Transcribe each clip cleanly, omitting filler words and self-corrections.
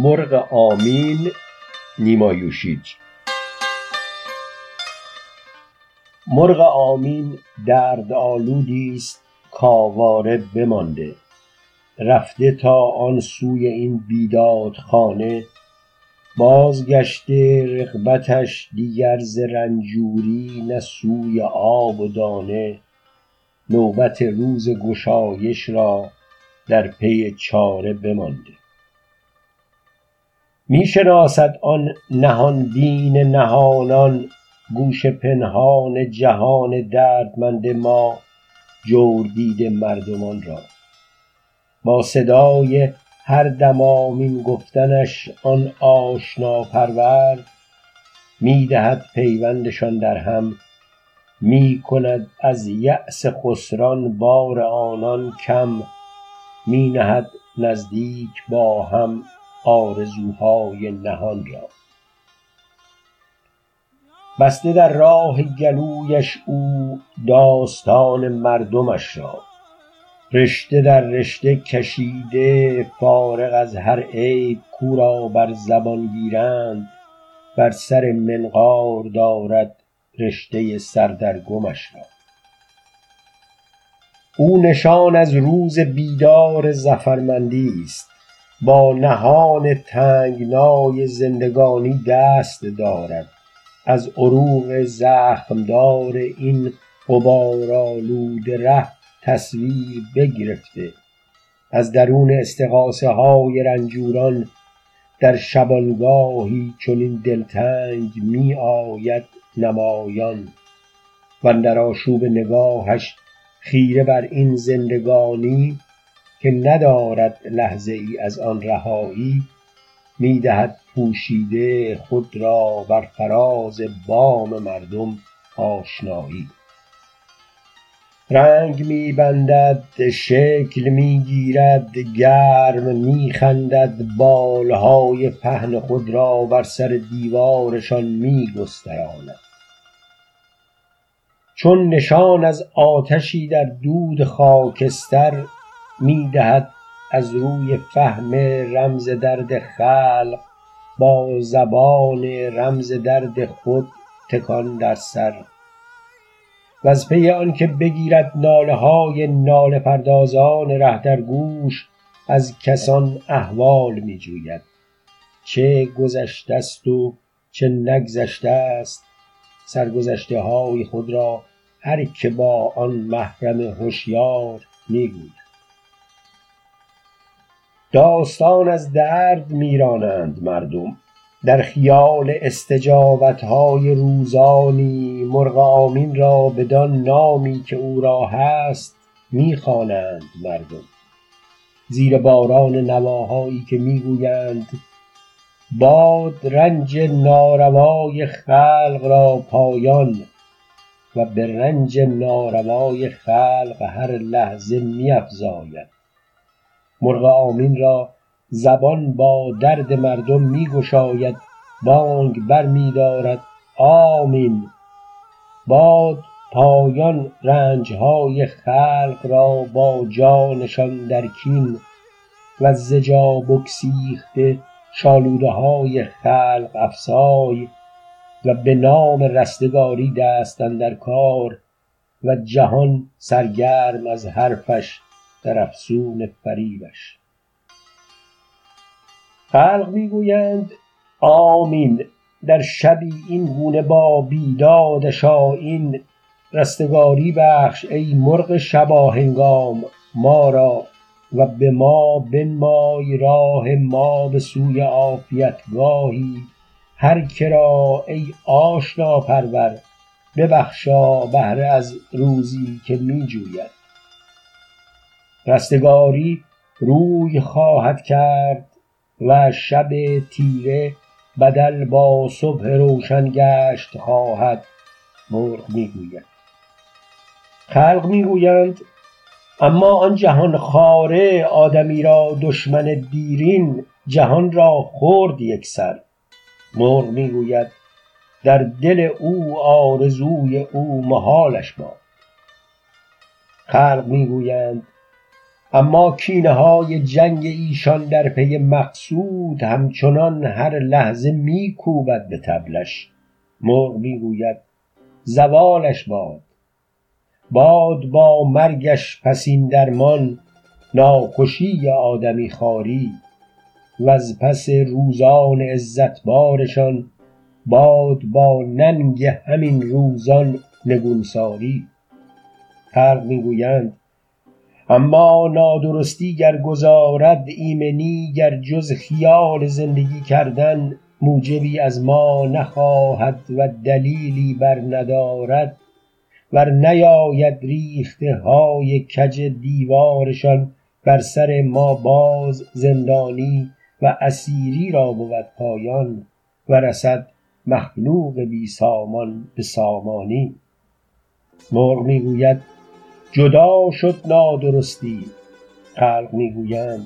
مرغ آمین نیمایوشیج. مرغ آمین درد آلودی است کآواره بمانده، رفته تا آن سوی این بیدادخانه، بازگشته رغبتش دیگر ز رنجوری نه سوی آب و دانه، نوبت روز گشایش را در پی چاره بمانده. می شناسد آن نهان بین نهانان گوش پنهان جهان دردمند ما جوردیده مردمان را، با صدای هر دم آمین گفتنش آن آشنا پرورد، می دهد پیوندشان در هم، می کند از یأس خسران بار آنان کم، می نهد نزدیک با هم آرزوهای نهان را. بسته در راه گلویش او داستان مردمش را، رشته در رشته کشیده فارغ از هر عیب کو را بر زبان گیرند، بر سر منقار دارد رشته سردرگمش را. او نشان از روز بیدار ظفرمندی است، با نهان تنگنای زندگانی دست دارد، از عروق زخمدار این غبارآلود ره تصویر بگرفته، از درون استغاثه های رنجوران در شبانگاهی چنین دلتنگ می آید نمایان، واندر آشوب نگاهش خیره بر این زندگانی که ندارد لحظه ای از آن رهایی، می دهد پوشیده خود را بر فراز بام مردم آشنایی. رنگ می بندد، شکل می گیرد، گرم می خندد، بالهای پهن خود را بر سر دیوارشان می گستراند، چون نشان از آتشی در دود خاکستر می دهد از روی فهم رمز درد خلق با زبان رمز درد خود تکان در سر، وز پی آن که بگیرد ناله های ناله پردازان ره در گوش، از کسان احوال می جوید، چه گذشته است و چه نگذشته است، سرگذشته های خود را هر که با آن محرم هوشیار می گوید. داستان از درد می رانند مردم، در خیال استجابت های روزانی مرغ آمین را بدان نامی که او را هست می خوانند مردم، زیر باران نواهایی که می گویند باد رنج ناروای خلق را پایان و به رنج ناروای خلق هر لحظه می افزاید. مرغ آمین را زبان با درد مردم می گشاید، بانگ بر می دارد آمین، باد پایان رنجهای خلق را با جانشان در کین، و ز جا بگسیخته شالوده های خلق افسای، و به نام رستگاری دست اندر کار، و جهان سرگرم از حرفش در افسون فریبش. خلق میگویند آمین در شبی این گونه با بیدادش آیین، رستگاری بخش ای مرغ شباهنگام ما را، و به ما بنمای راه ما به سوی عافیتگاهی، هر که را ای آشنا پرور ببخشا بهره از روزی که می جوید. رستگاری روی خواهد کرد و شب تیره بدل با صبح روشن گشت خواهد، مرغ میگوید. خلق میگویند اما آن جهان خواره آدمی را دشمن دیرین، جهان را خورد یک سر، مرغ میگوید در دل او آرزوی او محالش باد. خلق میگویند اما کینه های جنگ ایشان در پی مقصود همچنان هر لحظه میکوبد به طبلش. مرغ میگوید زوالش باد، باد با مرگش پسین درمان، ناخوشی آدمی خواری، و از پس روزان عزت بارشان، باد با ننگ همین روزان نگونساری. خلق میگویند اما نادرستی گر گذارد ایمنی، گر جز خیال زندگی کردن موجبی از ما نخواهد و دلیلی بر ندارد، ور نیاید ریخته های کج دیوارشان بر سر ما باز زندانی، و اسیری را بود پایان و رسد مخلوق بی سامان به سامانی. مرغ میگوید جدا شد نادرستی، خلق میگویند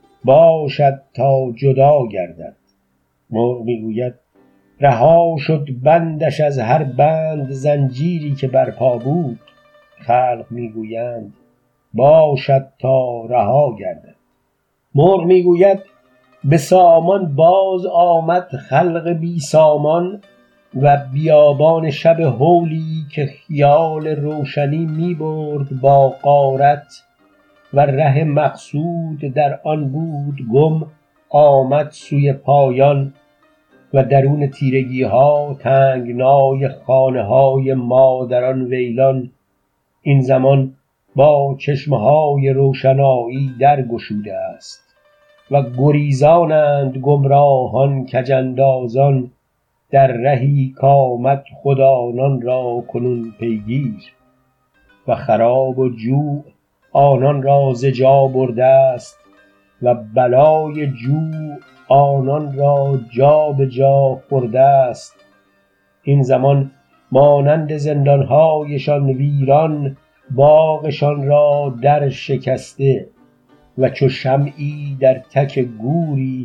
باشد تا جدا گردد. مرغ میگوید رها شد بندش از هر بند زنجیری که برپا بود، خلق میگویند باشد تا رها گردد. مرغ میگوید به سامان باز آمد خلق بی سامان، و بیابان شب هولی که خیال روشنی می برد با غارت، و ره مقصود در آن بود گم آمد سوی پایان، و درون تیرگی ها تنگنای خانه های مادران ویلان این زمان با چشمه های روشنایی در گشوده است، و گریزانند گمراهان کجاندازان در رهی کامد خود آنان را کنون پیگیر، و خراب و جوع آنان را ز جا برده است، و بلای جوع آنان را جا به جا خورده است. این زمان مانند زندانهایشان ویران باغشان را در شکسته، و چو شمعی در تک گوری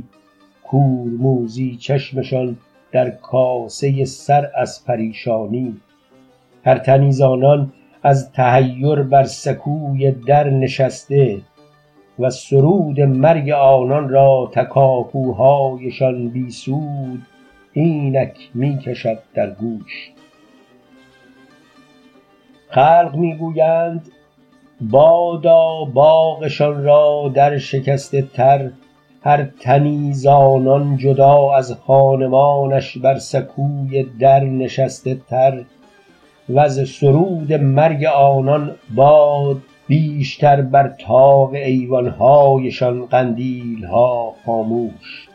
کورموزی چشمشان در کاسه سر از پریشانی. هر تنی ز آنان از تحیر بر سکوی در نشسته، و سرود مرگ آنان را تکاپوهایشان بی سود اینک می کشد در گوش. خلق میگویند بادا باغشان را در شکسته تر، هر تنی ز آنان جدا از خانمانش بر سکوی در نشسته تر، و از سرود مرگ آنان باد بیشتر بر طاق ایوانهایشان قندیلها خاموش.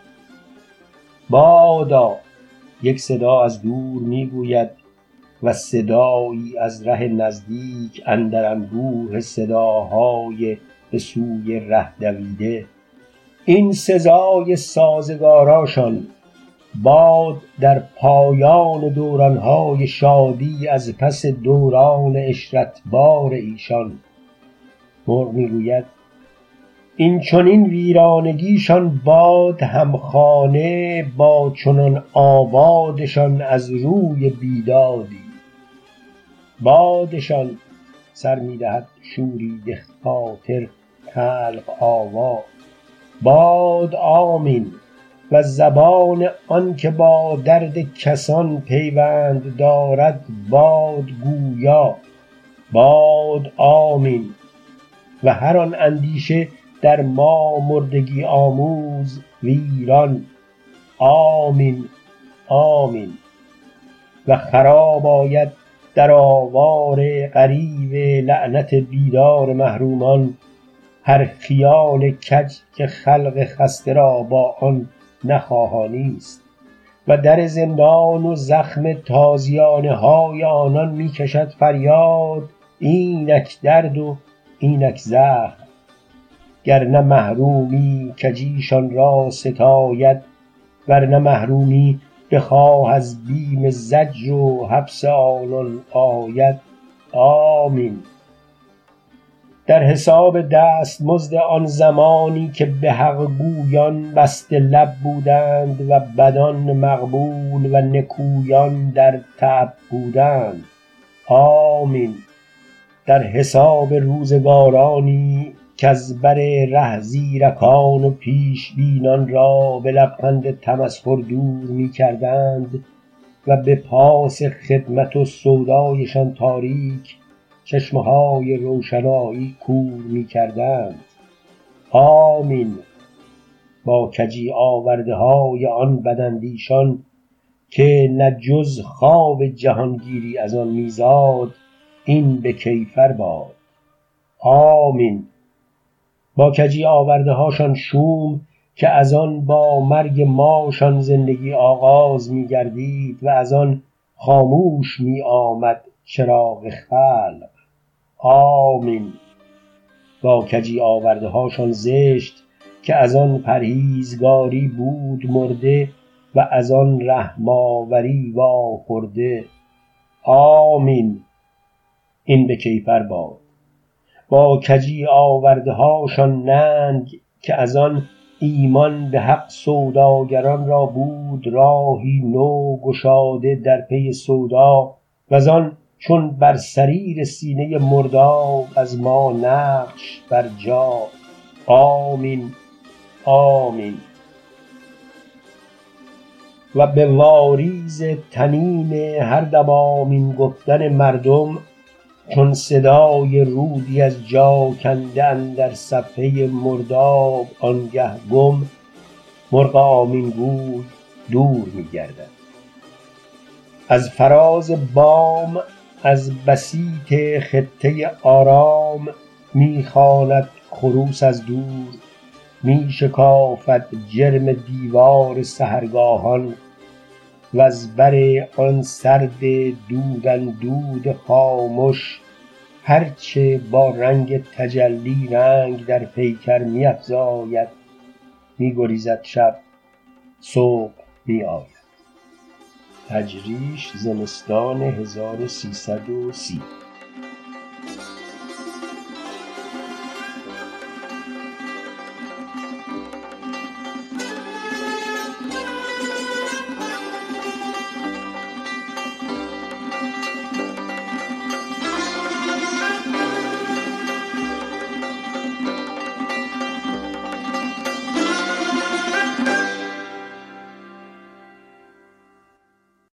بادا، یک صدا از دور میگوید و صدایی از ره نزدیک اندر انبوه صداهای به سوی ره دویده. این سزای سازگاراشان، باد در پایان دورانهای شادی از پس دوران عشرتبار ایشان. مرغ میگوید این چنین ویرانگیشان باد همخانه با چنان آبادشان از روی بیدادی. بادشان سر میدهد شوریده خاطر خلق آوا. باد آمین و زبان آن که با درد کسان پیوند دارد باد گویا. باد آمین و هر آن اندیشه در ما مردگی آموز ویران. آمین آمین. و خراب آید در آوار غریو لعنت بیدار محرومان هر خیال کج که خلق خسته را با آن نخواهانی است. و در زندان و زخم تازیانه های آنان می کشد فریاد اینک درد و اینک زخم. گرنه محرومی کجیشان را ستاید، ورنه محرومی بخواه از بیم زجر و حبس آنان آید. آمین. در حساب دست مزد آن زمانی که به حق گویان بسته لب بودند و بدان مقبول و نکویان در تعب بودند. آمین. در حساب روزگارانی کز بر ره زیرکان و پیش بینان را به لبخند تمسخر دور می کردند و به پاس خدمت و سودایشان تاریک چشمه‌های روشنایی کور می کردند. آمین با کجی آورده های آن بداندیشان که نه جز خواب جهانگیری از آن میزاد، این به کیفر باد. آمین با کجی آورده هاشان شوم که از آن با مرگ ماشان زندگی آغاز می گردید و از آن خاموش می آمد چراغ خلق. آمین با کجی آورده هاشان زشت که از آن پرهیزگاری بود مرده و از آن رحم‌آوری واخورده. آمین این به کیفر باد. با کجی آورده هاشان ننگ که از آن ایمان به حق سوداگران را بود راهی نو گشاده در پی سودا و از آن چون بر سریر سینه مرداب از ما نقش بر جا. آمین آمین و به واریز طنین هر دم آمین گفتن مردم چون صدای رودی از جا کنده اندر صفحه مرداب آنگه گم، مرغ آمین گوی دور می گردد. از فراز بام از بسیط خطه آرام می خواند خروس از دور، می شکافد جرم دیوار سحرگاهان و از بر آن سرد دود خاموش هرچه با رنگ تجلی رنگ در پیکر می افزاید می گریزد شب، صبح می آید. تجریش زمستان 1330.